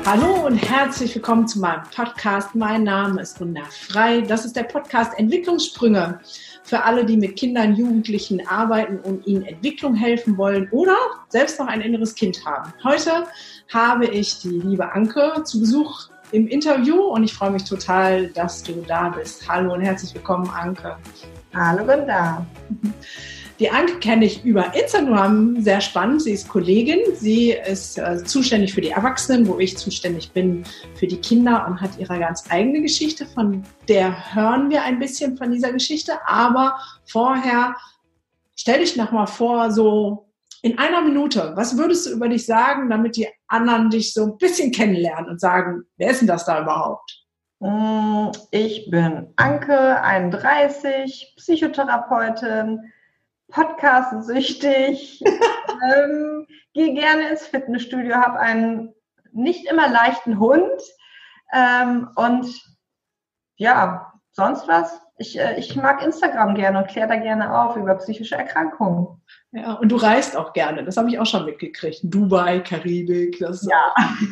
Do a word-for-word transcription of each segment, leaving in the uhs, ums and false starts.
Hallo und herzlich willkommen zu meinem Podcast. Mein Name ist Gunda Frei. Das ist der Podcast Entwicklungssprünge für alle, die mit Kindern, Jugendlichen arbeiten und ihnen Entwicklung helfen wollen oder selbst noch ein inneres Kind haben. Heute habe ich die liebe Anke zu Besuch im Interview und ich freue mich total, dass du da bist. Hallo und herzlich willkommen, Anke. Hallo, Gunda. Die Anke kenne ich über Instagram, sehr spannend. Sie ist Kollegin, sie ist äh, zuständig für die Erwachsenen, wo ich zuständig bin für die Kinder und hat ihre ganz eigene Geschichte, von der hören wir ein bisschen von dieser Geschichte. Aber vorher stell dich nochmal vor, so in einer Minute, was würdest du über dich sagen, damit die anderen dich so ein bisschen kennenlernen und sagen, wer ist denn das da überhaupt? Ich bin Anke, einunddreißig, Psychotherapeutin, Podcast-süchtig, ähm, gehe gerne ins Fitnessstudio, habe einen nicht immer leichten Hund ähm, und ja, sonst was? Ich, äh, ich mag Instagram gerne und kläre da gerne auf über psychische Erkrankungen. Ja, und du reist auch gerne, das habe ich auch schon mitgekriegt. Dubai, Karibik, das ja.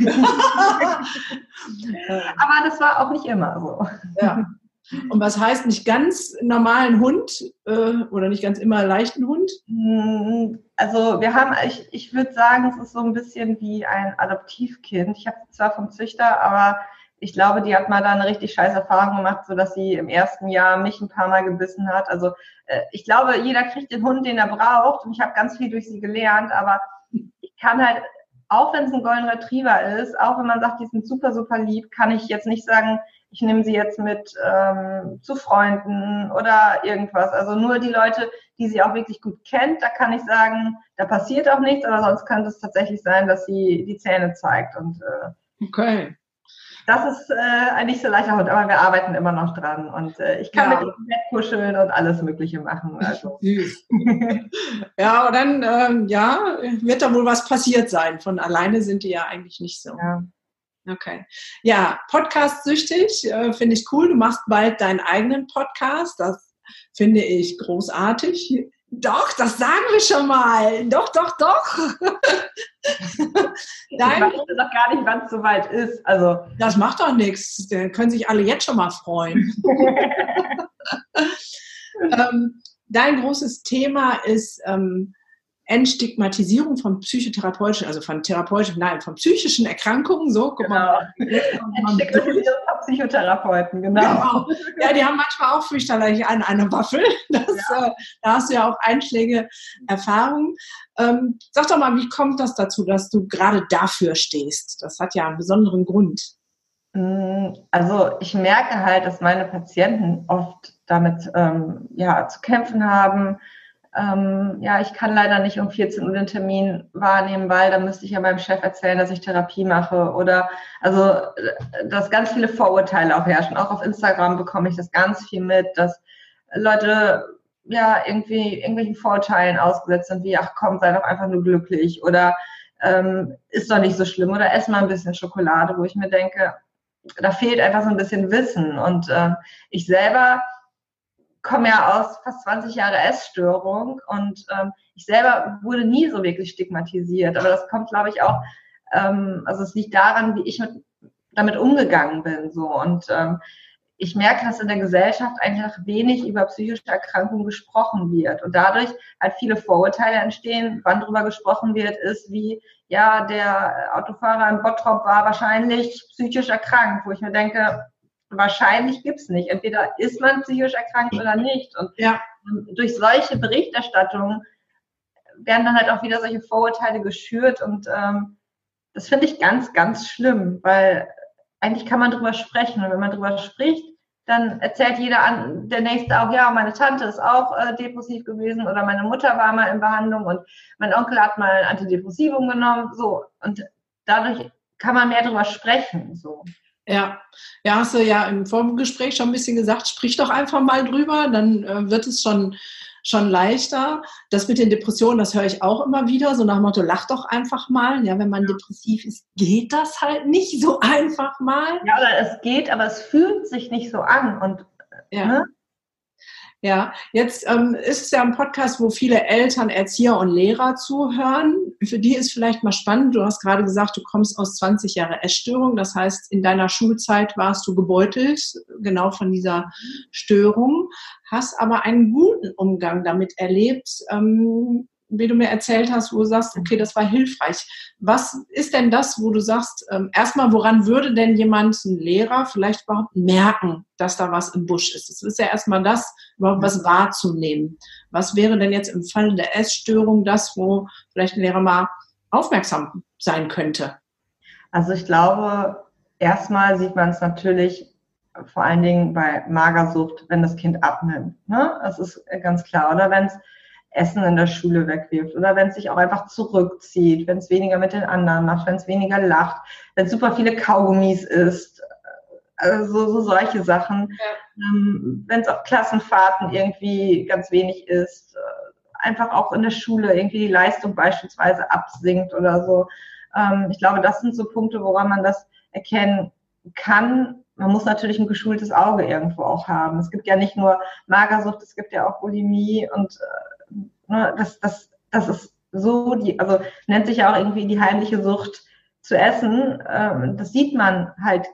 Aber das war auch nicht immer so. Ja. Und was heißt nicht ganz normalen Hund äh, oder nicht ganz immer leichten Hund? Also wir haben, ich, ich würde sagen, es ist so ein bisschen wie ein Adoptivkind. Ich habe sie zwar vom Züchter, aber ich glaube, die hat mal da eine richtig scheiß Erfahrung gemacht, sodass sie im ersten Jahr mich ein paar Mal gebissen hat. Also äh, ich glaube, jeder kriegt den Hund, den er braucht. Und ich habe ganz viel durch sie gelernt, aber ich kann halt, auch wenn es ein Golden Retriever ist, auch wenn man sagt, die sind super, super lieb, kann ich jetzt nicht sagen, ich nehme sie jetzt mit ähm, zu Freunden oder irgendwas. Also nur die Leute, die sie auch wirklich gut kennt, da kann ich sagen, da passiert auch nichts, aber sonst könnte es tatsächlich sein, dass sie die Zähne zeigt. Und äh, okay. Das ist äh, ein nicht so leichter Hund, aber wir arbeiten immer noch dran. Und äh, ich kann ja mit ihm kuscheln und alles Mögliche machen. Also. Süß. Ja, und dann ähm, ja, wird da wohl was passiert sein. Von alleine sind die ja eigentlich nicht so. Ja. Okay. Ja, Podcast-süchtig, äh, finde ich cool. Du machst bald deinen eigenen Podcast. Das finde ich großartig. Doch, das sagen wir schon mal. Doch, doch, doch. Dein, ich weiß doch gar nicht, wann es soweit ist. Also. Das macht doch nichts. Da können sich alle jetzt schon mal freuen. ähm, dein großes Thema ist ähm, Entstigmatisierung von psychotherapeutischen, also von therapeutischen, nein, von psychischen Erkrankungen, so, guck genau. mal. Entstigmatisierung von Psychotherapeuten, genau. genau. Ja, die haben manchmal auch fürchterlich an eine Waffel. Das, ja. äh, da hast du ja auch einschlägige Erfahrungen. Ähm, sag doch mal, wie kommt das dazu, dass du gerade dafür stehst? Das hat ja einen besonderen Grund. Also ich merke halt, dass meine Patienten oft damit ähm, ja, zu kämpfen haben. Ähm, ja, ich kann leider nicht um vierzehn Uhr den Termin wahrnehmen, weil da müsste ich ja meinem Chef erzählen, dass ich Therapie mache oder, also, dass ganz viele Vorurteile auch herrschen. Auch auf Instagram bekomme ich das ganz viel mit, dass Leute, ja, irgendwie irgendwelchen Vorurteilen ausgesetzt sind, wie, ach komm, sei doch einfach nur glücklich oder ähm, ist doch nicht so schlimm oder ess mal ein bisschen Schokolade, wo ich mir denke, da fehlt einfach so ein bisschen Wissen und äh, ich selber komme ja aus fast zwanzig Jahre Essstörung und ähm, ich selber wurde nie so wirklich stigmatisiert. Aber das kommt, glaube ich, auch, ähm, also es liegt daran, wie ich mit, damit umgegangen bin. So. Und ähm, ich merke, dass in der Gesellschaft einfach wenig über psychische Erkrankungen gesprochen wird. Und dadurch halt viele Vorurteile entstehen. Wann darüber gesprochen wird, ist wie, ja, der Autofahrer in Bottrop war wahrscheinlich psychisch erkrankt, wo ich mir denke, wahrscheinlich gibt's nicht. Entweder ist man psychisch erkrankt oder nicht. Und ja. durch solche Berichterstattungen werden dann halt auch wieder solche Vorurteile geschürt. Und ähm, das finde ich ganz, ganz schlimm, weil eigentlich kann man drüber sprechen. Und wenn man drüber spricht, dann erzählt jeder an, der Nächste auch, ja, meine Tante ist auch äh, depressiv gewesen oder meine Mutter war mal in Behandlung und mein Onkel hat mal ein Antidepressivum genommen. So. Und dadurch kann man mehr drüber sprechen. So. Ja, ja, hast du ja im Vorgespräch schon ein bisschen gesagt, sprich doch einfach mal drüber, dann äh, wird es schon, schon leichter. Das mit den Depressionen, das höre ich auch immer wieder, so nach dem Motto, lach doch einfach mal. Ja, wenn man depressiv ist, geht das halt nicht so einfach mal. Ja, oder es geht, aber es fühlt sich nicht so an. Und ja. ne? Ja, jetzt ähm, ist es ja ein Podcast, wo viele Eltern, Erzieher und Lehrer zuhören. Für die ist vielleicht mal spannend. Du hast gerade gesagt, du kommst aus zwanzig Jahre Essstörung. Das heißt, in deiner Schulzeit warst du gebeutelt, genau von dieser Störung, hast aber einen guten Umgang damit erlebt, ähm, wie du mir erzählt hast, wo du sagst, okay, das war hilfreich. Was ist denn das, wo du sagst, ähm, erstmal, woran würde denn jemand, ein Lehrer, vielleicht überhaupt merken, dass da was im Busch ist? Das ist ja erstmal das, überhaupt was wahrzunehmen. Was wäre denn jetzt im Fall der Essstörung das, wo vielleicht ein Lehrer mal aufmerksam sein könnte? Also ich glaube, erstmal sieht man es natürlich vor allen Dingen bei Magersucht, wenn das Kind abnimmt. Ne? Das ist ganz klar. Oder wenn es Essen in der Schule wegwirft oder wenn es sich auch einfach zurückzieht, wenn es weniger mit den anderen macht, wenn es weniger lacht, wenn es super viele Kaugummis isst, also so solche Sachen. Ja. Ähm, wenn es auf Klassenfahrten irgendwie ganz wenig ist, einfach auch in der Schule irgendwie die Leistung beispielsweise absinkt oder so. Ähm, ich glaube, das sind so Punkte, woran man das erkennen kann. Man muss natürlich ein geschultes Auge irgendwo auch haben. Es gibt ja nicht nur Magersucht, es gibt ja auch Bulimie und äh, das, das, das ist so, die, also nennt sich ja auch irgendwie die heimliche Sucht zu essen. Ähm, das sieht man halt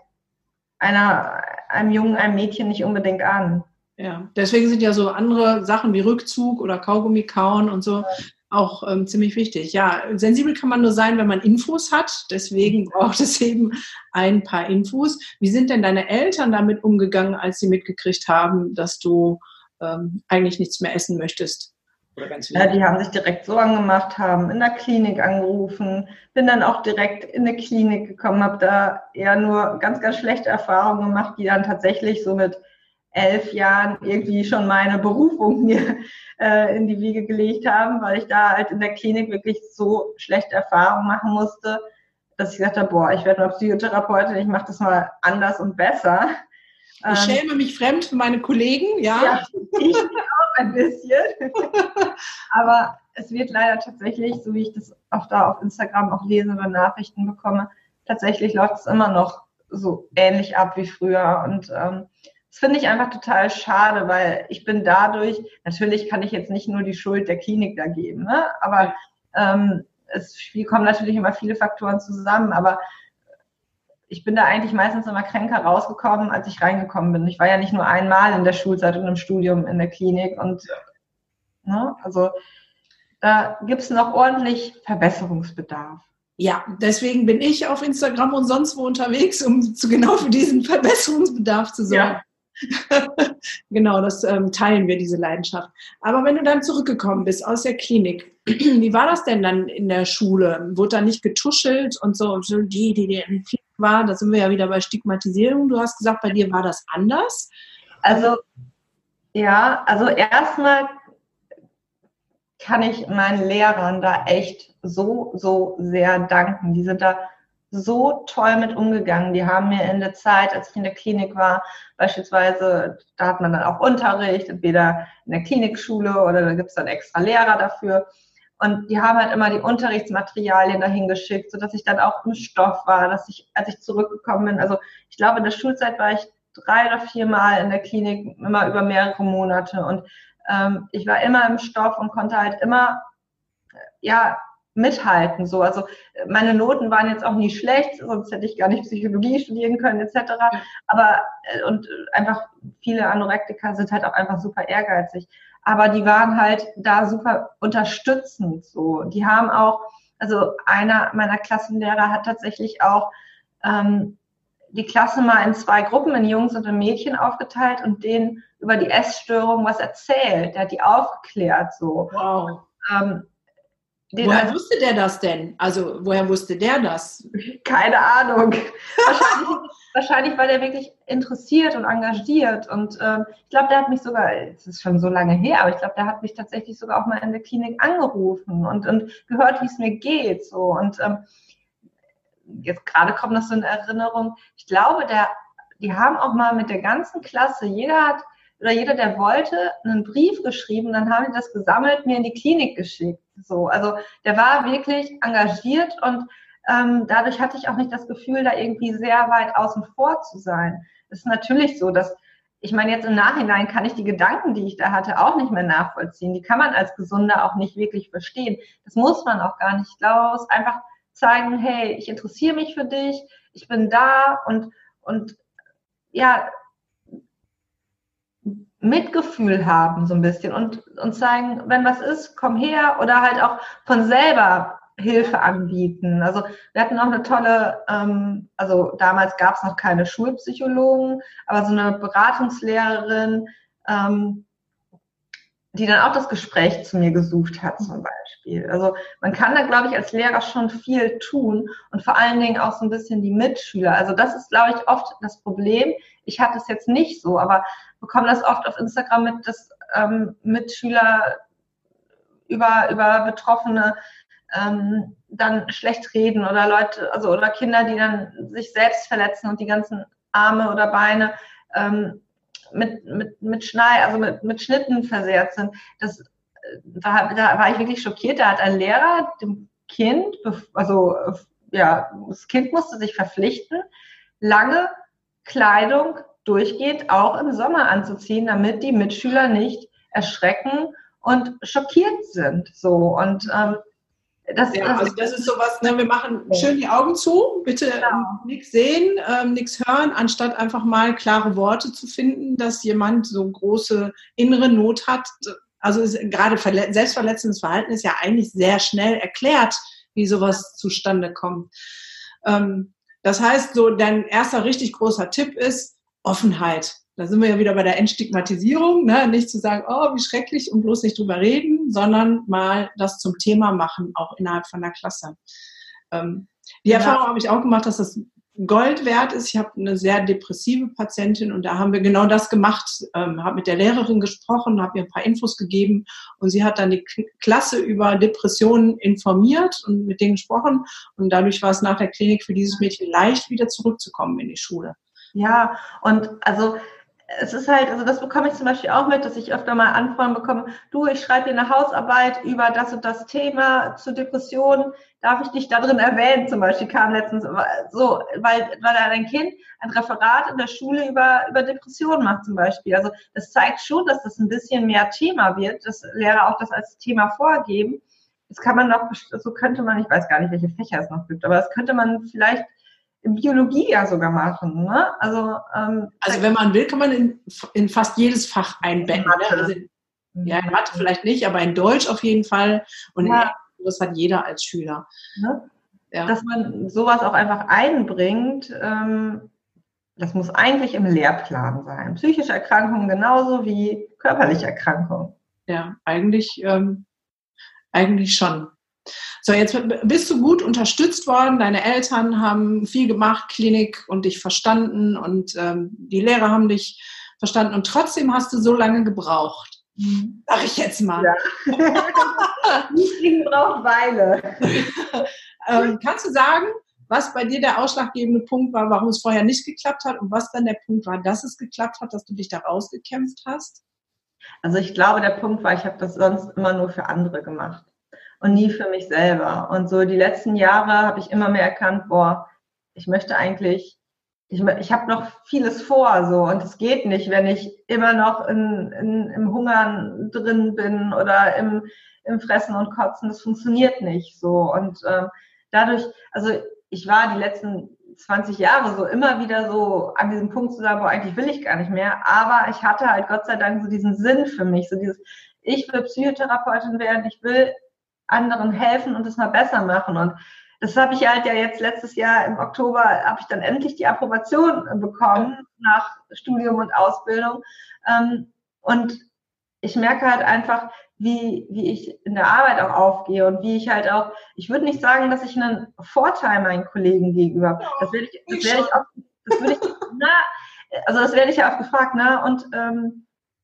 einer, einem Jungen, einem Mädchen nicht unbedingt an. Ja, deswegen sind ja so andere Sachen wie Rückzug oder Kaugummi kauen und so auch ähm, ziemlich wichtig. Ja, sensibel kann man nur sein, wenn man Infos hat. Deswegen braucht es eben ein paar Infos. Wie sind denn deine Eltern damit umgegangen, als sie mitgekriegt haben, dass du ähm, eigentlich nichts mehr essen möchtest? Oder ganz ja, die haben sich direkt Sorgen gemacht, haben in der Klinik angerufen, bin dann auch direkt in eine Klinik gekommen, habe da eher nur ganz, ganz schlechte Erfahrungen gemacht, die dann tatsächlich so mit elf Jahren irgendwie schon meine Berufung mir äh, in die Wiege gelegt haben, weil ich da halt in der Klinik wirklich so schlechte Erfahrungen machen musste, dass ich gesagt habe, boah, ich werde mal Psychotherapeutin, ich mache das mal anders und besser. Ich schäme mich fremd für meine Kollegen, ja. Ja, ich auch ein bisschen. Aber es wird leider tatsächlich, so wie ich das auch da auf Instagram auch lese oder Nachrichten bekomme, tatsächlich läuft es immer noch so ähnlich ab wie früher. Und ähm, das finde ich einfach total schade, weil ich bin dadurch, natürlich kann ich jetzt nicht nur die Schuld der Klinik da geben, ne? Aber ähm, es kommen natürlich immer viele Faktoren zusammen, aber ich bin da eigentlich meistens immer kränker rausgekommen, als ich reingekommen bin. Ich war ja nicht nur einmal in der Schulzeit und im Studium in der Klinik und ne, also da gibt es noch ordentlich Verbesserungsbedarf. Ja, deswegen bin ich auf Instagram und sonst wo unterwegs, um zu genau für diesen Verbesserungsbedarf zu sorgen. Ja. Genau, das ähm, teilen wir, diese Leidenschaft. Aber wenn du dann zurückgekommen bist aus der Klinik, wie war das denn dann in der Schule? Wurde da nicht getuschelt und so, und so die, die, die in Klinik war, da sind wir ja wieder bei Stigmatisierung. Du hast gesagt, bei dir war das anders? Also, ja, also erstmal kann ich meinen Lehrern da echt so, so sehr danken. Die sind da so toll mit umgegangen. Die haben mir in der Zeit, als ich in der Klinik war, beispielsweise, da hat man dann auch Unterricht, entweder in der Klinikschule oder da gibt es dann extra Lehrer dafür. Und die haben halt immer die Unterrichtsmaterialien dahin geschickt, sodass ich dann auch im Stoff war, dass ich, als ich zurückgekommen bin, also ich glaube, in der Schulzeit war ich drei oder vier Mal in der Klinik, immer über mehrere Monate. Und ähm, ich war immer im Stoff und konnte halt immer, ja, mithalten. So. Also meine Noten waren jetzt auch nie schlecht, sonst hätte ich gar nicht Psychologie studieren können et cetera. Aber und einfach viele Anorektiker sind halt auch einfach super ehrgeizig. Aber die waren halt da super unterstützend. So. Die haben auch, also einer meiner Klassenlehrer hat tatsächlich auch ähm, die Klasse mal in zwei Gruppen, in Jungs und in Mädchen aufgeteilt und denen über die Essstörung was erzählt. Der hat die aufgeklärt. So. Wow. Ähm, Den woher also, wusste der das denn? Also, woher wusste der das? Keine Ahnung. Wahrscheinlich, wahrscheinlich war der wirklich interessiert und engagiert. Und ähm, ich glaube, der hat mich sogar, es ist schon so lange her, aber ich glaube, der hat mich tatsächlich sogar auch mal in der Klinik angerufen und, und gehört, wie es mir geht. So. Und ähm, jetzt gerade kommt das so in Erinnerung. Ich glaube, der, die haben auch mal mit der ganzen Klasse, jeder hat, oder jeder, der wollte, einen Brief geschrieben, dann haben die das gesammelt, mir in die Klinik geschickt. So, also der war wirklich engagiert und ähm, dadurch hatte ich auch nicht das Gefühl, da irgendwie sehr weit außen vor zu sein. Es ist natürlich so, dass ich meine, jetzt im Nachhinein kann ich die Gedanken, die ich da hatte, auch nicht mehr nachvollziehen. Die kann man als Gesunder auch nicht wirklich verstehen. Das muss man auch gar nicht. Ich glaube, man muss einfach zeigen, hey, ich interessiere mich für dich, ich bin da und, und ja, Mitgefühl haben so ein bisschen und, und zeigen, wenn was ist, komm her oder halt auch von selber Hilfe anbieten. Also wir hatten auch eine tolle, ähm, also damals gab es noch keine Schulpsychologen, aber so eine Beratungslehrerin, ähm, die dann auch das Gespräch zu mir gesucht hat zum Beispiel. Also man kann da, glaube ich, als Lehrer schon viel tun und vor allen Dingen auch so ein bisschen die Mitschüler. Also das ist, glaube ich, oft das Problem. Ich hatte es jetzt nicht so, aber bekomme das oft auf Instagram mit, dass ähm, Mitschüler über, über Betroffene ähm, dann schlecht reden oder Leute, also oder Kinder, die dann sich selbst verletzen und die ganzen Arme oder Beine ähm, mit, mit, mit Schnei, also mit, mit Schnitten versehrt sind. Das war, da war ich wirklich schockiert. Da hat ein Lehrer dem Kind, also ja, das Kind musste sich verpflichten, lange Kleidung durchgehend auch im Sommer anzuziehen, damit die Mitschüler nicht erschrecken und schockiert sind. So und ähm, Das, ja, das, also das ist sowas, ne, wir machen schön die Augen zu, bitte genau. nichts sehen, ähm, nichts hören, anstatt einfach mal klare Worte zu finden, dass jemand so große innere Not hat. Also ist, gerade verle- selbstverletzendes Verhalten ist ja eigentlich sehr schnell erklärt, wie sowas zustande kommt. Ähm, das heißt, so dein erster richtig großer Tipp ist Offenheit. Da sind wir ja wieder bei der Entstigmatisierung, ne? Nicht zu sagen, oh, wie schrecklich und bloß nicht drüber reden, sondern mal das zum Thema machen, auch innerhalb von der Klasse. Ähm, die ja. Erfahrung habe ich auch gemacht, dass das Gold wert ist. Ich habe eine sehr depressive Patientin und da haben wir genau das gemacht. Ähm, habe mit der Lehrerin gesprochen, habe ihr ein paar Infos gegeben und sie hat dann die K- Klasse über Depressionen informiert und mit denen gesprochen und dadurch war es nach der Klinik für dieses Mädchen leicht, wieder zurückzukommen in die Schule. Ja, und also es ist halt, also das bekomme ich zum Beispiel auch mit, dass ich öfter mal Anfragen bekomme, du, ich schreibe dir eine Hausarbeit über das und das Thema zu Depressionen, darf ich dich da drin erwähnen? Zum Beispiel kam letztens so, weil, weil da ein Kind ein Referat in der Schule über, über Depressionen macht zum Beispiel. Also das zeigt schon, dass das ein bisschen mehr Thema wird, dass Lehrer auch das als Thema vorgeben. Das kann man noch, so könnte man, ich weiß gar nicht, welche Fächer es noch gibt, aber das könnte man vielleicht in Biologie ja sogar machen, ne? Also, ähm, also wenn man will, kann man in, in fast jedes Fach einbetten. Ne? Also, ja, in Mathe vielleicht nicht, aber in Deutsch auf jeden Fall. Und ja. das hat jeder als Schüler. Ne? Ja. Dass man sowas auch einfach einbringt, ähm, das muss eigentlich im Lehrplan sein. Psychische Erkrankungen genauso wie körperliche Erkrankungen. Ja, eigentlich, ähm, eigentlich schon. So, jetzt bist du gut unterstützt worden, deine Eltern haben viel gemacht, Klinik und dich verstanden und ähm, die Lehrer haben dich verstanden und trotzdem hast du so lange gebraucht, mhm. sag ich jetzt mal. Ja. Nicht braucht Weile. ähm, kannst du sagen, was bei dir der ausschlaggebende Punkt war, warum es vorher nicht geklappt hat und was dann der Punkt war, dass es geklappt hat, dass du dich da rausgekämpft hast? Also ich glaube, der Punkt war, ich habe das sonst immer nur für andere gemacht. Und nie für mich selber. Und so die letzten Jahre habe ich immer mehr erkannt, boah, ich möchte eigentlich, ich, ich habe noch vieles vor, so, und es geht nicht, wenn ich immer noch in, in, im Hungern drin bin oder im, im Fressen und Kotzen, das funktioniert nicht, so. Und ähm, dadurch, also ich war die letzten zwanzig Jahre so immer wieder so an diesem Punkt zu sagen, boah, eigentlich will ich gar nicht mehr, aber ich hatte halt Gott sei Dank so diesen Sinn für mich, so dieses, ich will Psychotherapeutin werden, ich will anderen helfen und es mal besser machen. Und das habe ich halt ja jetzt letztes Jahr im Oktober, habe ich dann endlich die Approbation bekommen nach Studium und Ausbildung. Und ich merke halt einfach, wie, wie ich in der Arbeit auch aufgehe und wie ich halt auch, ich würde nicht sagen, dass ich einen Vorteil meinen Kollegen gegenüber habe. Das werde ich, das werde ich auch, das würde ich, na, also das werde ich ja oft gefragt, ne? Und ähm,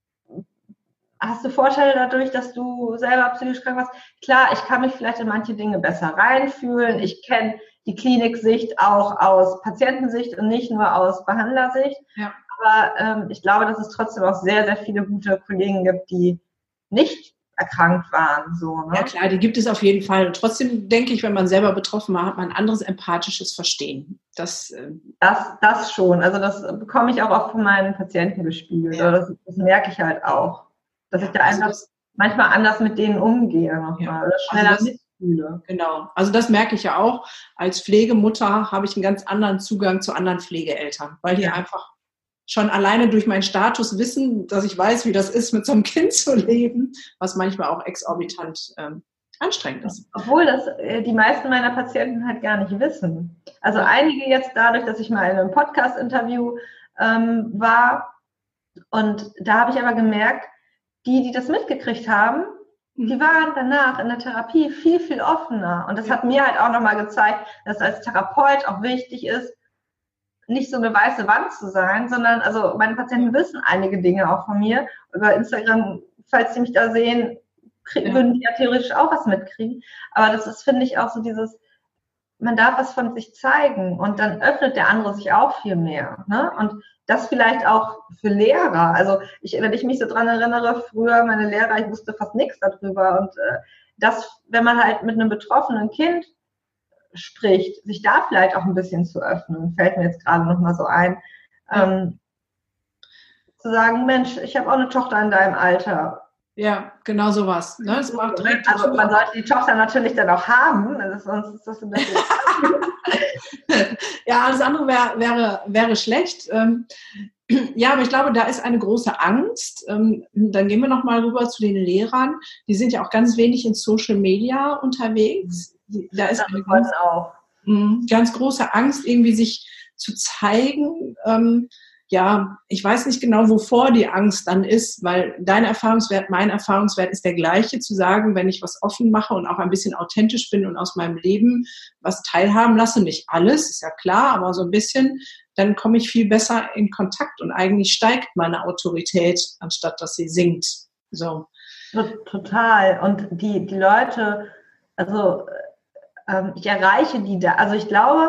hast du Vorteile dadurch, dass du selber psychisch krank warst? Klar, ich kann mich vielleicht in manche Dinge besser reinfühlen. Ich kenne die Kliniksicht auch aus Patientensicht und nicht nur aus Behandlersicht. Ja. Aber ähm, ich glaube, dass es trotzdem auch sehr, sehr viele gute Kollegen gibt, die nicht erkrankt waren. So, ne? Ja klar, die gibt es auf jeden Fall. Und trotzdem denke ich, wenn man selber betroffen war, hat man ein anderes empathisches Verstehen. Das, äh das, das schon. Also das bekomme ich auch oft von meinen Patienten gespiegelt. Ja. Das, das merke ich halt auch. Dass ja, ich da also einfach das, manchmal anders mit denen umgehe nochmal. Ja. Oder schneller also das, mitfühle. Genau. Also das merke ich ja auch. Als Pflegemutter habe ich einen ganz anderen Zugang zu anderen Pflegeeltern, weil die ja. einfach schon alleine durch meinen Status wissen, dass ich weiß, wie das ist, mit so einem Kind zu leben, was manchmal auch exorbitant ähm, anstrengend ist. Obwohl das äh, die meisten meiner Patienten halt gar nicht wissen. Also einige jetzt dadurch, dass ich mal in einem Podcast-Interview ähm, war und da habe ich aber gemerkt, die, die das mitgekriegt haben, mhm. die waren danach in der Therapie viel, viel offener. Und das ja. hat mir halt auch nochmal gezeigt, dass es als Therapeut auch wichtig ist, nicht so eine weiße Wand zu sein, sondern, also meine Patienten wissen einige Dinge auch von mir. Über Instagram, falls sie mich da sehen, kriegen, ja. würden die ja theoretisch auch was mitkriegen. Aber das ist, finde ich, auch so dieses, man darf was von sich zeigen und dann öffnet der andere sich auch viel mehr. Ne? Und das vielleicht auch für Lehrer. Also ich, wenn ich mich so dran erinnere, früher meine Lehrer, ich wusste fast nichts darüber. Und äh, das, wenn man halt mit einem betroffenen Kind spricht, sich da vielleicht auch ein bisschen zu öffnen, fällt mir jetzt gerade noch mal so ein, ja. ähm, zu sagen, Mensch, ich habe auch eine Tochter in deinem Alter. Ja, genau sowas. Ne? Das macht direkt also man sollte die Tochter natürlich dann auch haben, also sonst ist das ein bisschen... Ja, alles andere wäre wäre wäre schlecht. Ähm, ja, aber ich glaube, da ist eine große Angst. Ähm, dann gehen wir noch mal rüber zu den Lehrern. Die sind ja auch ganz wenig in Social Media unterwegs. Da ist eine ganz, auch. ganz große Angst, irgendwie sich zu zeigen. Ähm, ja, ich weiß nicht genau, wovor die Angst dann ist, weil dein Erfahrungswert, mein Erfahrungswert ist der gleiche, zu sagen, wenn ich was offen mache und auch ein bisschen authentisch bin und aus meinem Leben was teilhaben lasse, nicht alles, ist ja klar, aber so ein bisschen, dann komme ich viel besser in Kontakt und eigentlich steigt meine Autorität, anstatt dass sie sinkt. So. Total. Und die, die Leute, also ähm, ich erreiche die da, also ich glaube,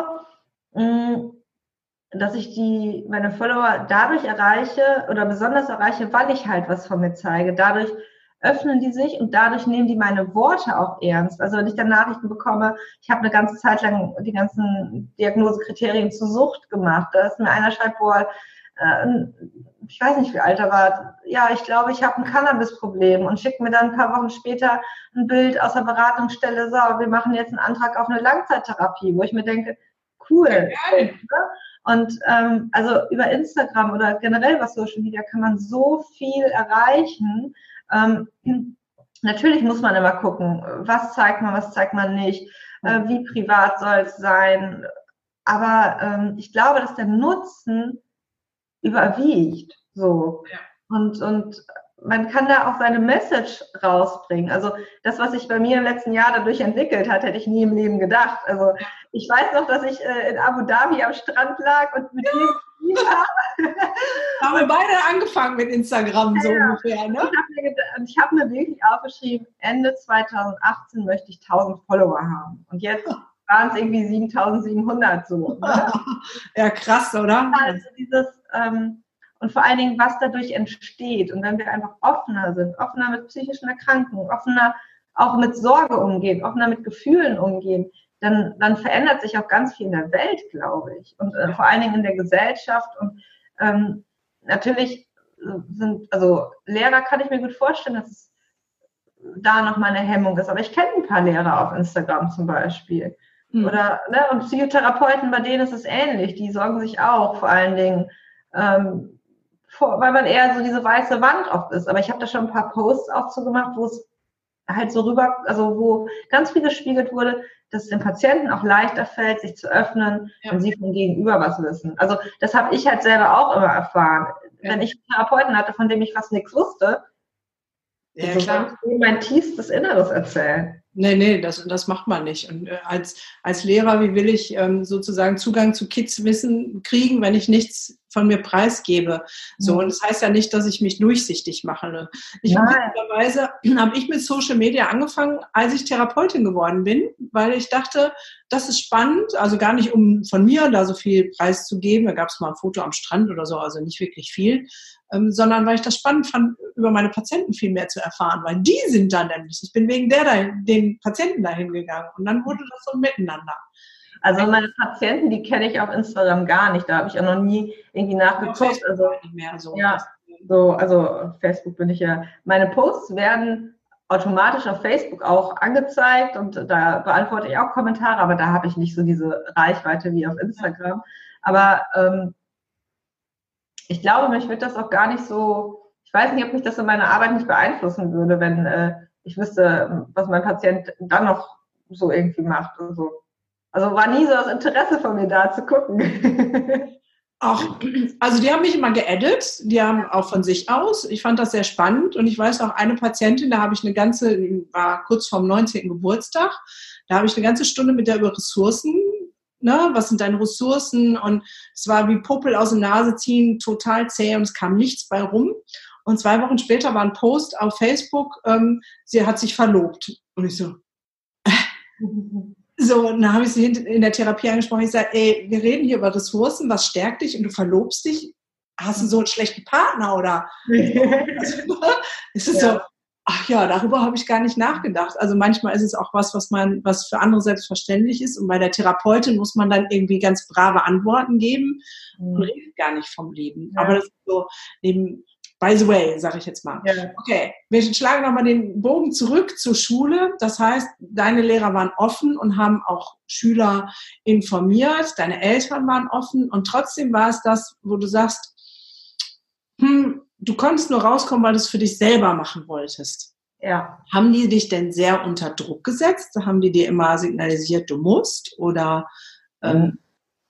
mh, dass ich die, meine Follower dadurch erreiche oder besonders erreiche, weil ich halt was von mir zeige. Dadurch öffnen die sich und dadurch nehmen die meine Worte auch ernst. Also wenn ich dann Nachrichten bekomme, ich habe eine ganze Zeit lang die ganzen Diagnosekriterien zur Sucht gemacht. Da ist mir einer schreibt, boah, äh, ich weiß nicht, wie alt er war, ja, ich glaube, ich habe ein Cannabis-Problem und schickt mir dann ein paar Wochen später ein Bild aus der Beratungsstelle, so, wir machen jetzt einen Antrag auf eine Langzeittherapie, wo ich mir denke, cool. Geil. Und ähm, also über Instagram oder generell über Social Media kann man so viel erreichen. Ähm, natürlich muss man immer gucken, was zeigt man, was zeigt man nicht, äh, wie privat soll es sein. Aber ähm, ich glaube, dass der Nutzen überwiegt. So. Ja. Und, und man kann da auch seine Message rausbringen. Also das, was sich bei mir im letzten Jahr dadurch entwickelt hat, hätte ich nie im Leben gedacht. Also ich weiß noch, dass ich äh, in Abu Dhabi am Strand lag und mit dir geschrieben habe. Da haben wir beide angefangen mit Instagram, so ja, ungefähr, ne? Und ich habe mir, hab mir wirklich aufgeschrieben, Ende zweitausendachtzehn möchte ich tausend Follower haben. Und jetzt waren es irgendwie siebentausendsiebenhundert so. Ne? Ja, krass, oder? Also dieses... Ähm, Und vor allen Dingen, was dadurch entsteht. Und wenn wir einfach offener sind, offener mit psychischen Erkrankungen, offener auch mit Sorge umgehen, offener mit Gefühlen umgehen, dann, dann verändert sich auch ganz viel in der Welt, glaube ich. Und äh, vor allen Dingen in der Gesellschaft. Und ähm, natürlich sind, also Lehrer kann ich mir gut vorstellen, dass es da nochmal eine Hemmung ist. Aber ich kenne ein paar Lehrer auf Instagram zum Beispiel. Hm. Oder, ne, und Psychotherapeuten, bei denen ist es ähnlich. Die sorgen sich auch vor allen Dingen, ähm, vor, weil man eher so diese weiße Wand oft ist. Aber ich habe da schon ein paar Posts auch zu gemacht, wo es halt so rüber, also wo ganz viel gespiegelt wurde, dass es den Patienten auch leichter fällt, sich zu öffnen, ja. wenn sie vom Gegenüber was wissen. Also das habe ich halt selber auch immer erfahren. Ja. Wenn ich einen Therapeuten hatte, von dem ich fast nichts wusste, ja, so klar. ich mein tiefstes Inneres erzählen. Nee, nee, das, das macht man nicht. Und äh, als, als Lehrer, wie will ich ähm, sozusagen Zugang zu Kids wissen kriegen, wenn ich nichts von mir preisgebe. So, mhm. und das heißt ja nicht, dass ich mich durchsichtig mache. Ich witzigerweise habe ich mit Social Media angefangen, als ich Therapeutin geworden bin, weil ich dachte, das ist spannend, also gar nicht, um von mir da so viel preiszugeben, da gab es mal ein Foto am Strand oder so, also nicht wirklich viel, ähm, sondern weil ich das spannend fand, über meine Patienten viel mehr zu erfahren, weil die sind dann nämlich, ich bin wegen der dahin, den Patienten dahin gegangen und dann wurde das so ein Miteinander. Also meine Patienten, die kenne ich auf Instagram gar nicht. Da habe ich auch noch nie irgendwie nachgeguckt. Ja, also nicht mehr so. Ja, so, also auf Facebook bin ich ja. Meine Posts werden automatisch auf Facebook auch angezeigt und da beantworte ich auch Kommentare, aber da habe ich nicht so diese Reichweite wie auf Instagram. Aber ähm, ich glaube, mich wird das auch gar nicht so, ich weiß nicht, ob mich das in meiner Arbeit nicht beeinflussen würde, wenn äh, ich wüsste, was mein Patient dann noch so irgendwie macht und so. Also war nie so das Interesse von mir da zu gucken. Ach, also die haben mich immer geedit, die haben auch von sich aus. Ich fand das sehr spannend und ich weiß auch, eine Patientin, da habe ich eine ganze, war kurz vorm neunzehnten Geburtstag, da habe ich eine ganze Stunde mit der über Ressourcen, ne, was sind deine Ressourcen, und es war wie Popel aus der Nase ziehen, total zäh und es kam nichts bei rum. Und zwei Wochen später war ein Post auf Facebook, ähm, sie hat sich verlobt. Und ich so, äh. So, und dann habe ich sie in der Therapie angesprochen. Ich sage, ey, wir reden hier über Ressourcen, was stärkt dich und du verlobst dich? Hast du so einen schlechten Partner oder? Es ist ja. so, ach ja, darüber habe ich gar nicht nachgedacht. Also manchmal ist es auch was, was man, was für andere selbstverständlich ist. Und bei der Therapeutin muss man dann irgendwie ganz brave Antworten geben und redet gar nicht vom Leben. Ja. Aber das ist so eben, by the way, sage ich jetzt mal. Ja. Okay, wir schlagen nochmal den Bogen zurück zur Schule. Das heißt, deine Lehrer waren offen und haben auch Schüler informiert, deine Eltern waren offen und trotzdem war es das, wo du sagst, hm, du konntest nur rauskommen, weil du es für dich selber machen wolltest. Ja. Haben die dich denn sehr unter Druck gesetzt? Haben die dir immer signalisiert, du musst? Oder ähm,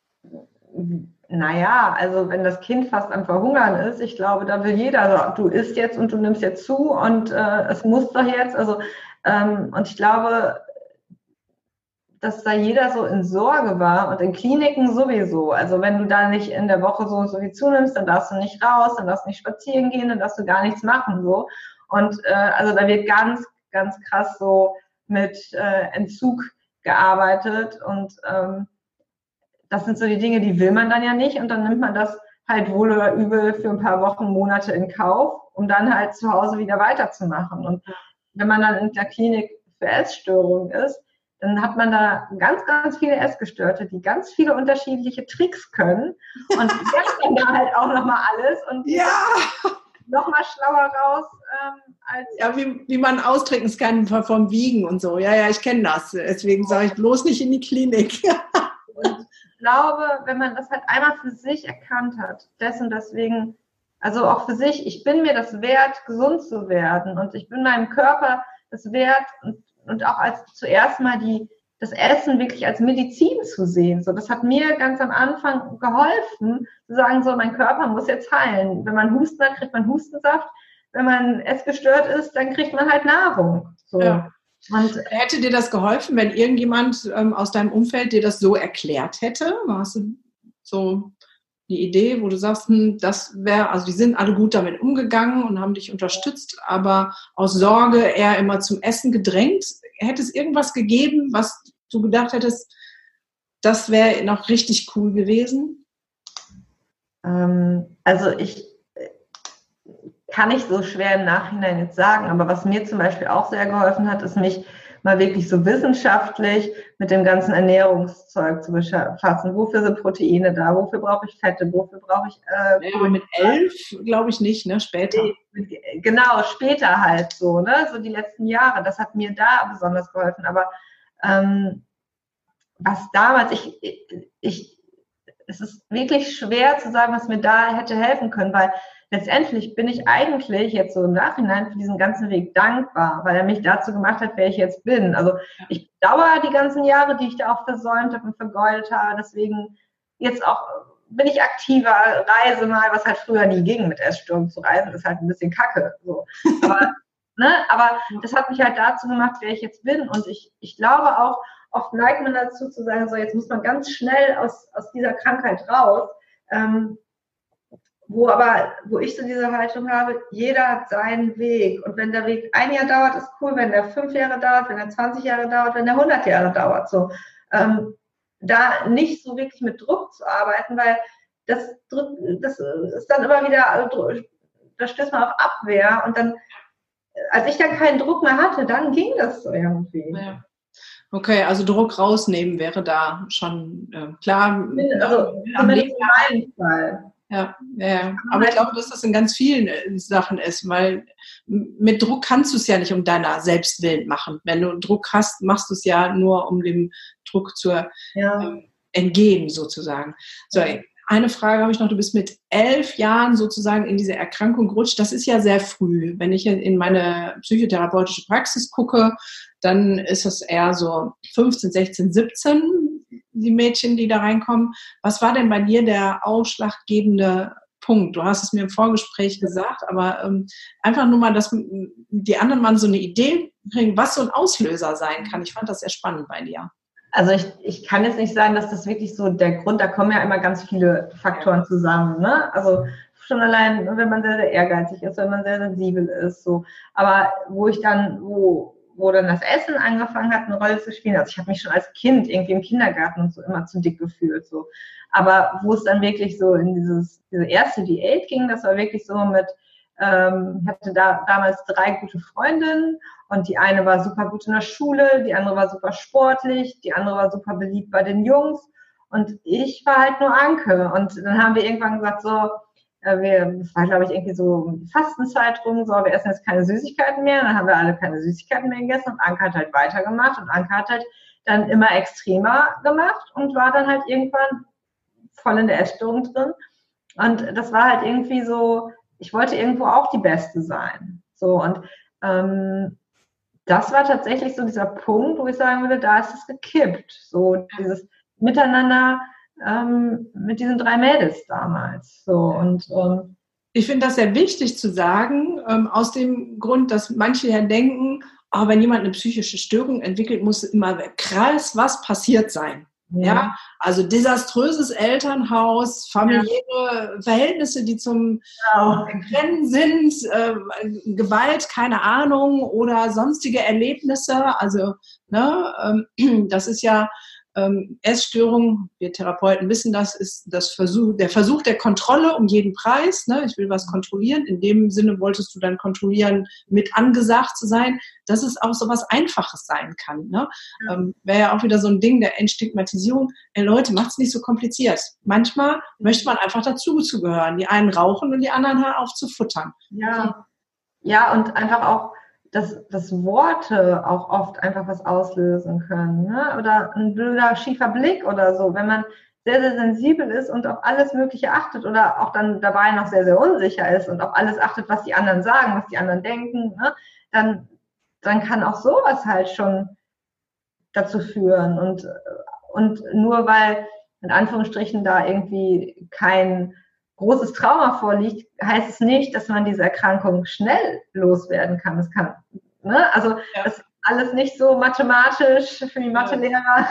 naja, also wenn das Kind fast am Verhungern ist, ich glaube, da will jeder, also, du isst jetzt und du nimmst jetzt zu und äh, es muss doch jetzt, also ähm, und ich glaube, dass da jeder so in Sorge war und in Kliniken sowieso. Also wenn du da nicht in der Woche so und so viel zunimmst, dann darfst du nicht raus, dann darfst du nicht spazieren gehen, dann darfst du gar nichts machen, so. Und äh, also da wird ganz, ganz krass so mit äh, Entzug gearbeitet und ähm, das sind so die Dinge, die will man dann ja nicht und dann nimmt man das halt wohl oder übel für ein paar Wochen, Monate in Kauf, um dann halt zu Hause wieder weiterzumachen. Und wenn man dann in der Klinik für Essstörungen ist, dann hat man da ganz, ganz viele Essgestörte, die ganz viele unterschiedliche Tricks können und lernt dann da halt auch nochmal alles und ja. nochmal schlauer raus ähm, als... Ja, wie, wie man austrinken kann vom Wiegen und so. Ja, ja, ich kenne das. Deswegen sage ich bloß nicht in die Klinik. Und ich glaube, wenn man das halt einmal für sich erkannt hat, dessen deswegen, also auch für sich, ich bin mir das wert, gesund zu werden und ich bin meinem Körper das wert und, und auch als zuerst mal die, das Essen wirklich als Medizin zu sehen. So, das hat mir ganz am Anfang geholfen, zu sagen, so, mein Körper muss jetzt heilen. Wenn man Husten hat, kriegt man Hustensaft. Wenn man essgestört ist, dann kriegt man halt Nahrung. So. Ja. Und hätte dir das geholfen, wenn irgendjemand ähm, aus deinem Umfeld dir das so erklärt hätte? Hast du so eine Idee, wo du sagst, hm, das wäre, also die sind alle gut damit umgegangen und haben dich unterstützt, aber aus Sorge eher immer zum Essen gedrängt? Hätte es irgendwas gegeben, was du gedacht hättest, das wäre noch richtig cool gewesen? Ähm, also ich kann ich so schwer im Nachhinein jetzt sagen, aber was mir zum Beispiel auch sehr geholfen hat, ist mich mal wirklich so wissenschaftlich mit dem ganzen Ernährungszeug zu befassen. Wofür sind Proteine da? Wofür brauche ich Fette? Wofür brauche ich... Äh, ja, aber mit elf glaube ich nicht, ne? Später. Genau, später halt so, ne? So die letzten Jahre. Das hat mir da besonders geholfen. Aber ähm, was damals, ich, ich, ich, es ist wirklich schwer zu sagen, was mir da hätte helfen können, weil letztendlich bin ich eigentlich jetzt so im Nachhinein für diesen ganzen Weg dankbar, weil er mich dazu gemacht hat, wer ich jetzt bin. Also ich bedauere die ganzen Jahre, die ich da auch versäumt habe und vergeudet habe. Deswegen jetzt auch bin ich aktiver, reise mal, was halt früher nie ging, mit Essstörungen zu reisen, ist halt ein bisschen kacke. So. Aber, ne, aber das hat mich halt dazu gemacht, wer ich jetzt bin. Und ich, ich glaube auch, oft neigt man dazu zu sagen, so jetzt muss man ganz schnell aus, aus dieser Krankheit raus. Ähm, wo aber, wo ich so diese Haltung habe, jeder hat seinen Weg. Und wenn der Weg ein Jahr dauert, ist cool. Wenn der fünf Jahre dauert, wenn der zwanzig Jahre dauert, wenn der hundert Jahre dauert, so. Ähm, da nicht so wirklich mit Druck zu arbeiten, weil das, das ist dann immer wieder, da stößt man auf Abwehr. Und dann, als ich dann keinen Druck mehr hatte, dann ging das so irgendwie. Ja. Okay, also Druck rausnehmen wäre da schon äh, klar. Also, am Leben in meinem Fall. Ja, ja, aber ich glaube, dass das in ganz vielen äh, Sachen ist, weil mit Druck kannst du es ja nicht um deiner selbst willen machen. Wenn du Druck hast, machst du es ja nur, um dem Druck zu ja. äh, entgehen, sozusagen. So, eine Frage habe ich noch. Du bist mit elf Jahren sozusagen in diese Erkrankung gerutscht. Das ist ja sehr früh. Wenn ich in meine psychotherapeutische Praxis gucke, dann ist es eher so fünfzehn, sechzehn, siebzehn, die Mädchen, die da reinkommen. Was war denn bei dir der ausschlaggebende Punkt? Du hast es mir im Vorgespräch gesagt, aber ähm, einfach nur mal, dass die anderen mal so eine Idee kriegen, was so ein Auslöser sein kann. Ich fand das sehr spannend bei dir. Also ich, ich kann jetzt nicht sagen, dass das wirklich so der Grund, da kommen ja immer ganz viele Faktoren zusammen, ne? Also schon allein, wenn man sehr, sehr ehrgeizig ist, wenn man sehr sensibel ist, so. Aber wo ich dann, wo, wo dann das Essen angefangen hat, eine Rolle zu spielen, also ich habe mich schon als Kind irgendwie im Kindergarten und so immer zu dick gefühlt, so. Aber wo es dann wirklich so in dieses, diese erste Diät ging, das war wirklich so mit, ähm, ich hatte da damals drei gute Freundinnen und die eine war super gut in der Schule, die andere war super sportlich, die andere war super beliebt bei den Jungs und ich war halt nur Anke. Und dann haben wir irgendwann gesagt, so, äh, wir, das war glaube ich irgendwie so die Fastenzeit rum, so, wir essen jetzt keine Süßigkeiten mehr. Und dann haben wir alle keine Süßigkeiten mehr gegessen und Anke hat halt weitergemacht und Anke hat halt dann immer extremer gemacht und war dann halt irgendwann voll in der Essstörung drin. Und das war halt irgendwie so, ich wollte irgendwo auch die Beste sein. So, und ähm, das war tatsächlich so dieser Punkt, wo ich sagen würde, da ist es gekippt. So dieses Miteinander ähm, mit diesen drei Mädels damals. So, und ähm, ich finde das sehr wichtig zu sagen, ähm, aus dem Grund, dass manche ja denken, oh, wenn jemand eine psychische Störung entwickelt, muss immer krass was passiert sein. Ja, ja, also desaströses Elternhaus, familiäre ja. Verhältnisse, die zum Erkennen sind, äh, Gewalt, keine Ahnung, oder sonstige Erlebnisse. Also, ne, ähm, das ist ja ähm, Essstörung, wir Therapeuten wissen das, ist das Versuch, der Versuch der Kontrolle um jeden Preis. Ne? Ich will was kontrollieren. In dem Sinne wolltest du dann kontrollieren, mit angesagt zu sein, dass es auch so was Einfaches sein kann. Ne? Ja. Ähm, wäre ja auch wieder so ein Ding der Entstigmatisierung. Ey Leute, macht's nicht so kompliziert. Manchmal möchte man einfach dazu zugehören. Die einen rauchen und die anderen hören auf zu futtern. Ja, ja, und einfach auch, dass, dass Worte auch oft einfach was auslösen können, ne? Oder ein blöder, schiefer Blick oder so. Wenn man sehr, sehr sensibel ist und auf alles Mögliche achtet oder auch dann dabei noch sehr, sehr unsicher ist und auf alles achtet, was die anderen sagen, was die anderen denken, ne? dann, dann kann auch sowas halt schon dazu führen. Und, und nur weil in Anführungsstrichen da irgendwie kein großes Trauma vorliegt, heißt es nicht, dass man diese Erkrankung schnell loswerden kann. Das kann, ne? Also ja. Das ist alles nicht so mathematisch für die Mathelehrer,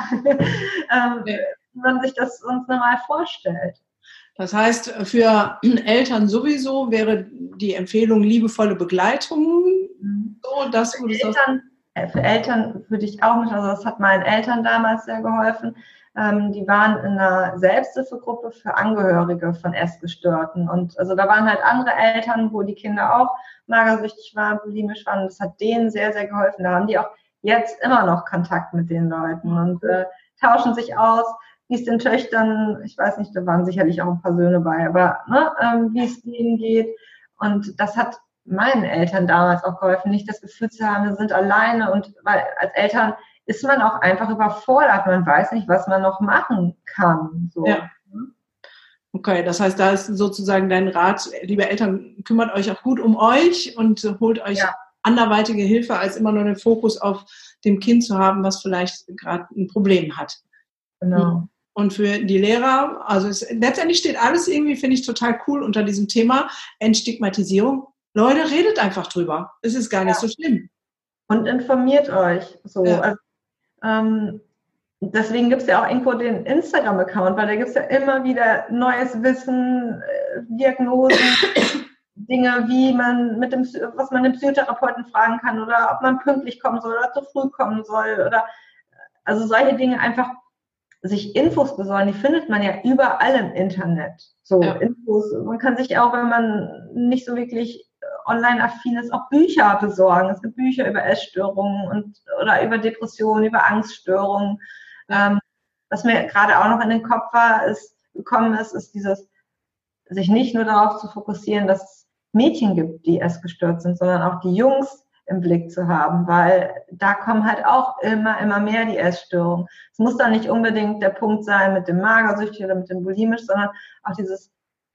ähm, nee. Wie man sich das uns normal vorstellt. Das heißt, für Eltern sowieso wäre die Empfehlung liebevolle Begleitung. Mhm. So, das für, Eltern, äh, für Eltern würde ich auch nicht, also das hat meinen Eltern damals sehr geholfen. Die waren in einer Selbsthilfegruppe für Angehörige von Essgestörten. Und also da waren halt andere Eltern, wo die Kinder auch magersüchtig waren, bulimisch waren. Und das hat denen sehr, sehr geholfen. Da haben die auch jetzt immer noch Kontakt mit den Leuten und äh, tauschen sich aus, wie es den Töchtern, ich weiß nicht, da waren sicherlich auch ein paar Söhne bei, aber ne, ähm, wie es denen geht. Und das hat meinen Eltern damals auch geholfen, nicht das Gefühl zu haben, wir sind alleine. Und weil als Eltern ist man auch einfach überfordert. Man weiß nicht, was man noch machen kann. So. Ja. Okay, das heißt, da ist sozusagen dein Rat, liebe Eltern, kümmert euch auch gut um euch und holt euch ja. anderweitige Hilfe, als immer nur den Fokus auf dem Kind zu haben, was vielleicht gerade ein Problem hat. Genau. Und für die Lehrer, also es, letztendlich steht alles irgendwie, finde ich, total cool unter diesem Thema Entstigmatisierung. Leute, redet einfach drüber. Es ist gar nicht ja. so schlimm. Und informiert euch. So. Ja. Also, Ähm, deswegen gibt es ja auch irgendwo den Instagram-Account, weil da gibt es ja immer wieder neues Wissen, Diagnosen, Dinge, wie man mit dem, was man den Psychotherapeuten fragen kann oder ob man pünktlich kommen soll oder zu früh kommen soll oder also solche Dinge einfach sich Infos besorgen, die findet man ja überall im Internet. So ja. Infos, man kann sich auch, wenn man nicht so wirklich online affin ist, auch Bücher besorgen. Es gibt Bücher über Essstörungen und oder über Depressionen, über Angststörungen. Ja. Ähm, was mir gerade auch noch in den Kopf war, ist gekommen ist, ist dieses, sich nicht nur darauf zu fokussieren, dass es Mädchen gibt, die essgestört sind, sondern auch die Jungs im Blick zu haben, weil da kommen halt auch immer, immer mehr die Essstörungen. Es muss dann nicht unbedingt der Punkt sein mit dem Magersüchtig oder mit dem bulimisch, sondern auch dieses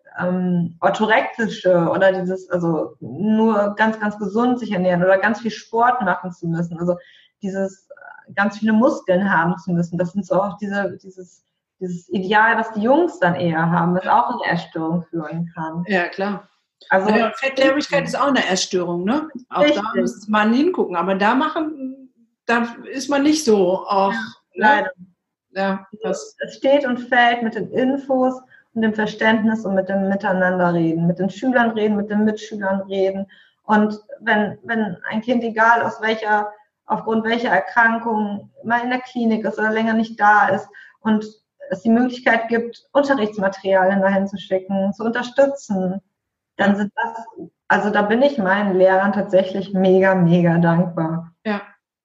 ähm, orthorektische oder dieses, also nur ganz, ganz gesund sich ernähren oder ganz viel Sport machen zu müssen, also dieses ganz viele Muskeln haben zu müssen. Das sind so auch diese, dieses, dieses Ideal, was die Jungs dann eher haben, was auch in eine Essstörung führen kann. Ja, klar. Also ja, Fettleibigkeit ist auch eine Essstörung, ne? Auch richtig. Da muss man hingucken, aber da machen, da ist man nicht so auch. Ja, leider. Ja, das es steht und fällt mit den Infos und dem Verständnis und mit dem Miteinanderreden, mit den Schülern reden, mit den Mitschülern reden. Und wenn, wenn ein Kind, egal aus welcher, aufgrund welcher Erkrankung, mal in der Klinik ist oder länger nicht da ist und es die Möglichkeit gibt, Unterrichtsmaterialien dahin zu schicken, zu unterstützen, dann sind das, also da bin ich meinen Lehrern tatsächlich mega, mega dankbar. Ja,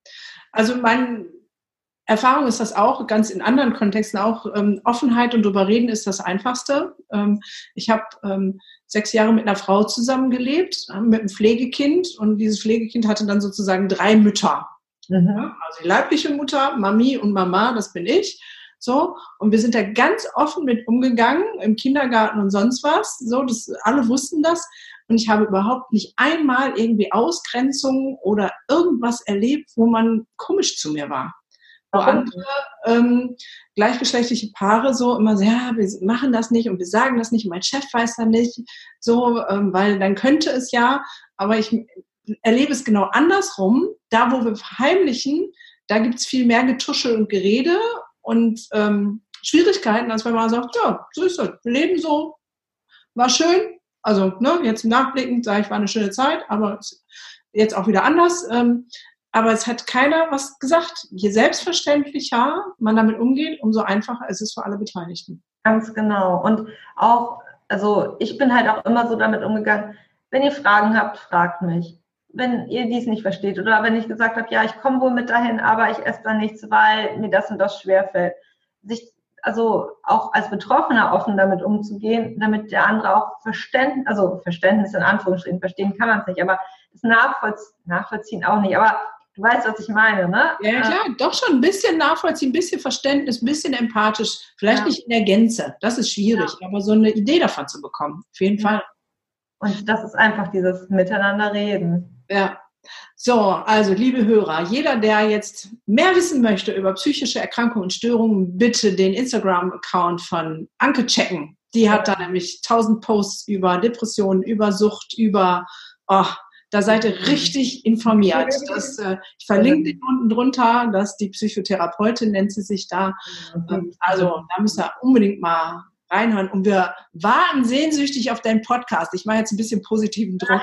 also meine Erfahrung ist das auch, ganz in anderen Kontexten auch, ähm, Offenheit und drüber reden ist das Einfachste. Ähm, ich habe ähm, sechs Jahre mit einer Frau zusammengelebt, äh, mit einem Pflegekind und dieses Pflegekind hatte dann sozusagen drei Mütter. Mhm. Ja, also die leibliche Mutter, Mami und Mama, das bin ich. So, und wir sind da ganz offen mit umgegangen, im Kindergarten und sonst was. So, das, alle wussten das. Und ich habe überhaupt nicht einmal irgendwie Ausgrenzungen oder irgendwas erlebt, wo man komisch zu mir war. Wo okay. andere ähm, gleichgeschlechtliche Paare so immer so, ja, wir machen das nicht und wir sagen das nicht und mein Chef weiß das nicht. So, ähm, weil dann könnte es ja, aber ich erlebe es genau andersrum. Da, wo wir verheimlichen, da gibt es viel mehr Getuschel und Gerede und ähm, Schwierigkeiten, als wenn man sagt, ja, so ist das, wir leben so, war schön, also ne, jetzt im Nachblicken sage ich, war eine schöne Zeit, aber jetzt auch wieder anders, ähm, aber es hat keiner was gesagt. Je selbstverständlicher man damit umgeht, umso einfacher ist es für alle Beteiligten. Ganz genau und auch, also ich bin halt auch immer so damit umgegangen, wenn ihr Fragen habt, fragt mich. Wenn ihr dies nicht versteht oder wenn ich gesagt habe, ja, ich komme wohl mit dahin, aber ich esse da nichts, weil mir das und das schwerfällt. Sich also auch als Betroffener offen damit umzugehen, damit der andere auch Verständnis, also Verständnis in Anführungsstrichen, verstehen kann man es nicht, aber das Nachvollziehen, nachvollziehen auch nicht, aber du weißt, was ich meine, ne? Ja, klar, doch schon ein bisschen nachvollziehen, ein bisschen Verständnis, ein bisschen empathisch, vielleicht ja. nicht in der Gänze, das ist schwierig, ja. aber so eine Idee davon zu bekommen, auf jeden ja. Fall. Und das ist einfach dieses Miteinander reden. Ja, so, also liebe Hörer, jeder, der jetzt mehr wissen möchte über psychische Erkrankungen und Störungen, bitte den Instagram-Account von Anke checken. Die hat da nämlich tausend Posts über Depressionen, über Sucht, über, oh, da seid ihr richtig informiert. Das, äh, ich verlinke den unten drunter, dass die Psychotherapeutin nennt sie sich da. Ähm, also da müsst ihr unbedingt mal reinhören. Und wir warten sehnsüchtig auf deinen Podcast. Ich mache jetzt ein bisschen positiven Druck.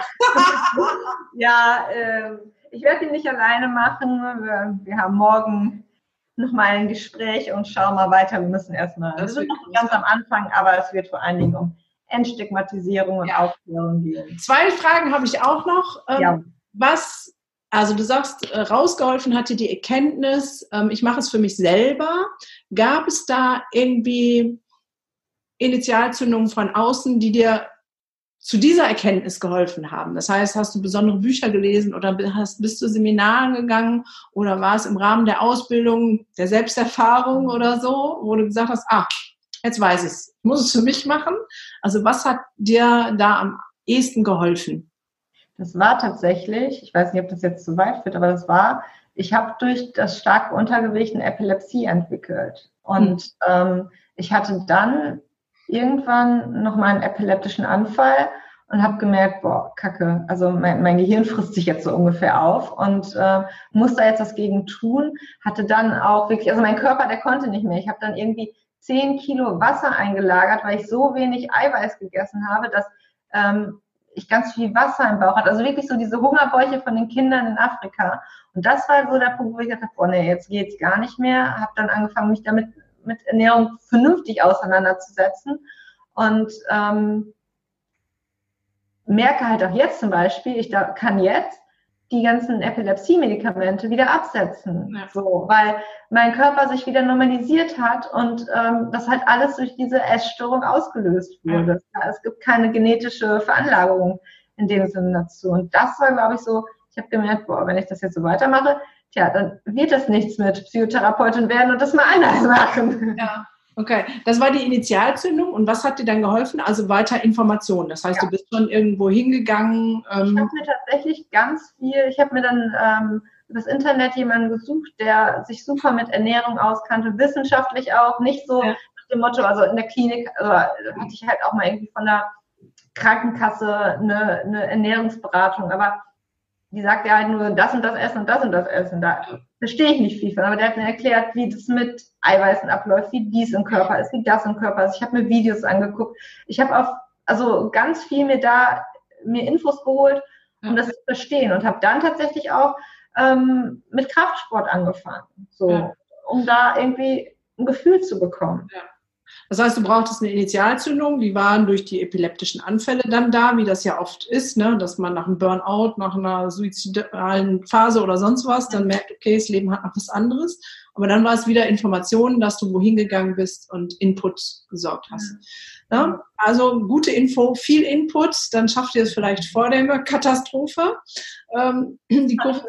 Ja, äh, ich werde ihn nicht alleine machen. Wir, wir haben morgen nochmal ein Gespräch und schauen mal weiter. Wir müssen erstmal, wir sind noch ganz am Anfang, aber es wird vor allen Dingen um Entstigmatisierung und ja. Aufklärung gehen. Zwei Fragen habe ich auch noch. Ähm, ja. Was, also du sagst, äh, rausgeholfen hat dir die Erkenntnis, ähm, ich mache es für mich selber. Gab es da irgendwie Initialzündungen von außen, die dir zu dieser Erkenntnis geholfen haben? Das heißt, hast du besondere Bücher gelesen oder hast, bist du Seminaren gegangen oder war es im Rahmen der Ausbildung, der Selbsterfahrung oder so, wo du gesagt hast, ah, jetzt weiß ich es, ich muss es für mich machen. Also was hat dir da am ehesten geholfen? Das war tatsächlich, ich weiß nicht, ob das jetzt zu weit führt, aber das war, ich habe durch das starke Untergewicht eine Epilepsie entwickelt. Und hm. ähm, ich hatte dann irgendwann noch mal einen epileptischen Anfall und habe gemerkt, boah, Kacke, also mein, mein Gehirn frisst sich jetzt so ungefähr auf und äh, muss da jetzt was gegen tun. Hatte dann auch wirklich, also mein Körper, der konnte nicht mehr. Ich habe dann irgendwie zehn Kilo Wasser eingelagert, weil ich so wenig Eiweiß gegessen habe, dass ähm, ich ganz viel Wasser im Bauch hatte. Also wirklich so diese Hungerbäuche von den Kindern in Afrika. Und das war so der Punkt, wo ich gesagt habe, boah, nee, jetzt geht's gar nicht mehr. Habe dann angefangen, mich damit mit Ernährung vernünftig auseinanderzusetzen und ähm, merke halt auch jetzt zum Beispiel, ich da, kann jetzt die ganzen Epilepsie-Medikamente wieder absetzen, ja. so, weil mein Körper sich wieder normalisiert hat und ähm, das halt alles durch diese Essstörung ausgelöst wurde. Ja. Es gibt keine genetische Veranlagung in dem Sinne dazu. Und das war, glaube ich, so, ich habe gemerkt, boah, wenn ich das jetzt so weitermache, tja, dann wird das nichts mit Psychotherapeutin werden und das mal anders machen. Ja, okay. Das war die Initialzündung. Und was hat dir dann geholfen? Also weiter Informationen. Das heißt, ja. du bist schon irgendwo hingegangen. Ähm ich habe mir tatsächlich ganz viel, ich habe mir dann ähm, über das Internet jemanden gesucht, der sich super mit Ernährung auskannte, wissenschaftlich auch, nicht so ja. nach dem Motto, also in der Klinik, also hatte ich halt auch mal irgendwie von der Krankenkasse eine, eine Ernährungsberatung, aber die sagt ja halt nur das und das Essen und das und das Essen. Da verstehe ich nicht viel von. Aber der hat mir erklärt, wie das mit Eiweißen abläuft, wie dies im Körper ist, wie das im Körper ist. Ich habe mir Videos angeguckt. Ich habe auf, also ganz viel mir da, mir Infos geholt, um ja. das zu verstehen. Und habe dann tatsächlich auch ähm, mit Kraftsport angefangen. So, ja. um da irgendwie ein Gefühl zu bekommen. Ja. Das heißt, du brauchtest eine Initialzündung, die waren durch die epileptischen Anfälle dann da, wie das ja oft ist, ne? Dass man nach einem Burnout, nach einer suizidalen Phase oder sonst was, dann merkt, okay, das Leben hat noch was anderes. Aber dann war es wieder Informationen, dass du wohin gegangen bist und Input gesorgt hast. Ja. Ne? Also gute Info, viel Input, dann schafft ihr es vielleicht vor der Katastrophe. Ähm, die Kurve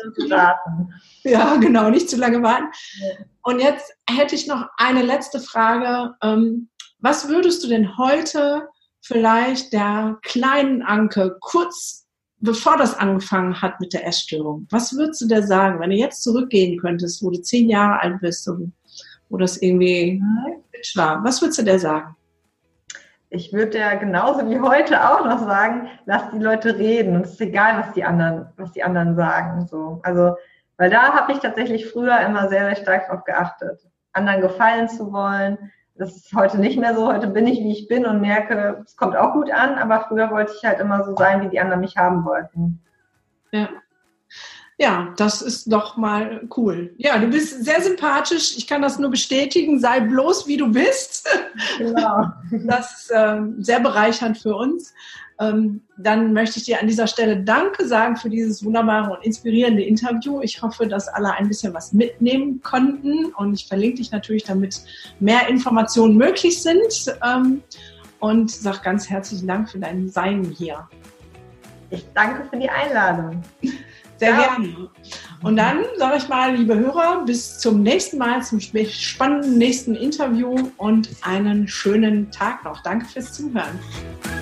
ja, genau, nicht zu lange warten. Ja. Und jetzt hätte ich noch eine letzte Frage. Ähm, was würdest du denn heute vielleicht der kleinen Anke kurz bevor das angefangen hat mit der Essstörung, was würdest du dir sagen, wenn du jetzt zurückgehen könntest, wo du zehn Jahre alt bist und wo das irgendwie falsch war? Was würdest du dir sagen? Ich würde ja genauso wie heute auch noch sagen, lass die Leute reden und es ist egal, was die anderen, was die anderen sagen. So. Also, weil da habe ich tatsächlich früher immer sehr, sehr stark darauf geachtet, anderen gefallen zu wollen. Das ist heute nicht mehr so. Heute bin ich, wie ich bin und merke, es kommt auch gut an, aber früher wollte ich halt immer so sein, wie die anderen mich haben wollten. Ja. Ja, das ist doch mal cool. Ja, du bist sehr sympathisch. Ich kann das nur bestätigen. Sei bloß, wie du bist. Genau. Das ist ähm, sehr bereichernd für uns. Ähm, dann möchte ich dir an dieser Stelle Danke sagen für dieses wunderbare und inspirierende Interview. Ich hoffe, dass alle ein bisschen was mitnehmen konnten. Und ich verlinke dich natürlich, damit mehr Informationen möglich sind. Ähm, und sage ganz herzlichen Dank für dein Sein hier. Ich danke für die Einladung. Sehr ja. gerne. Und dann sage ich mal, liebe Hörer, bis zum nächsten Mal, zum spannenden nächsten Interview und einen schönen Tag noch. Danke fürs Zuhören.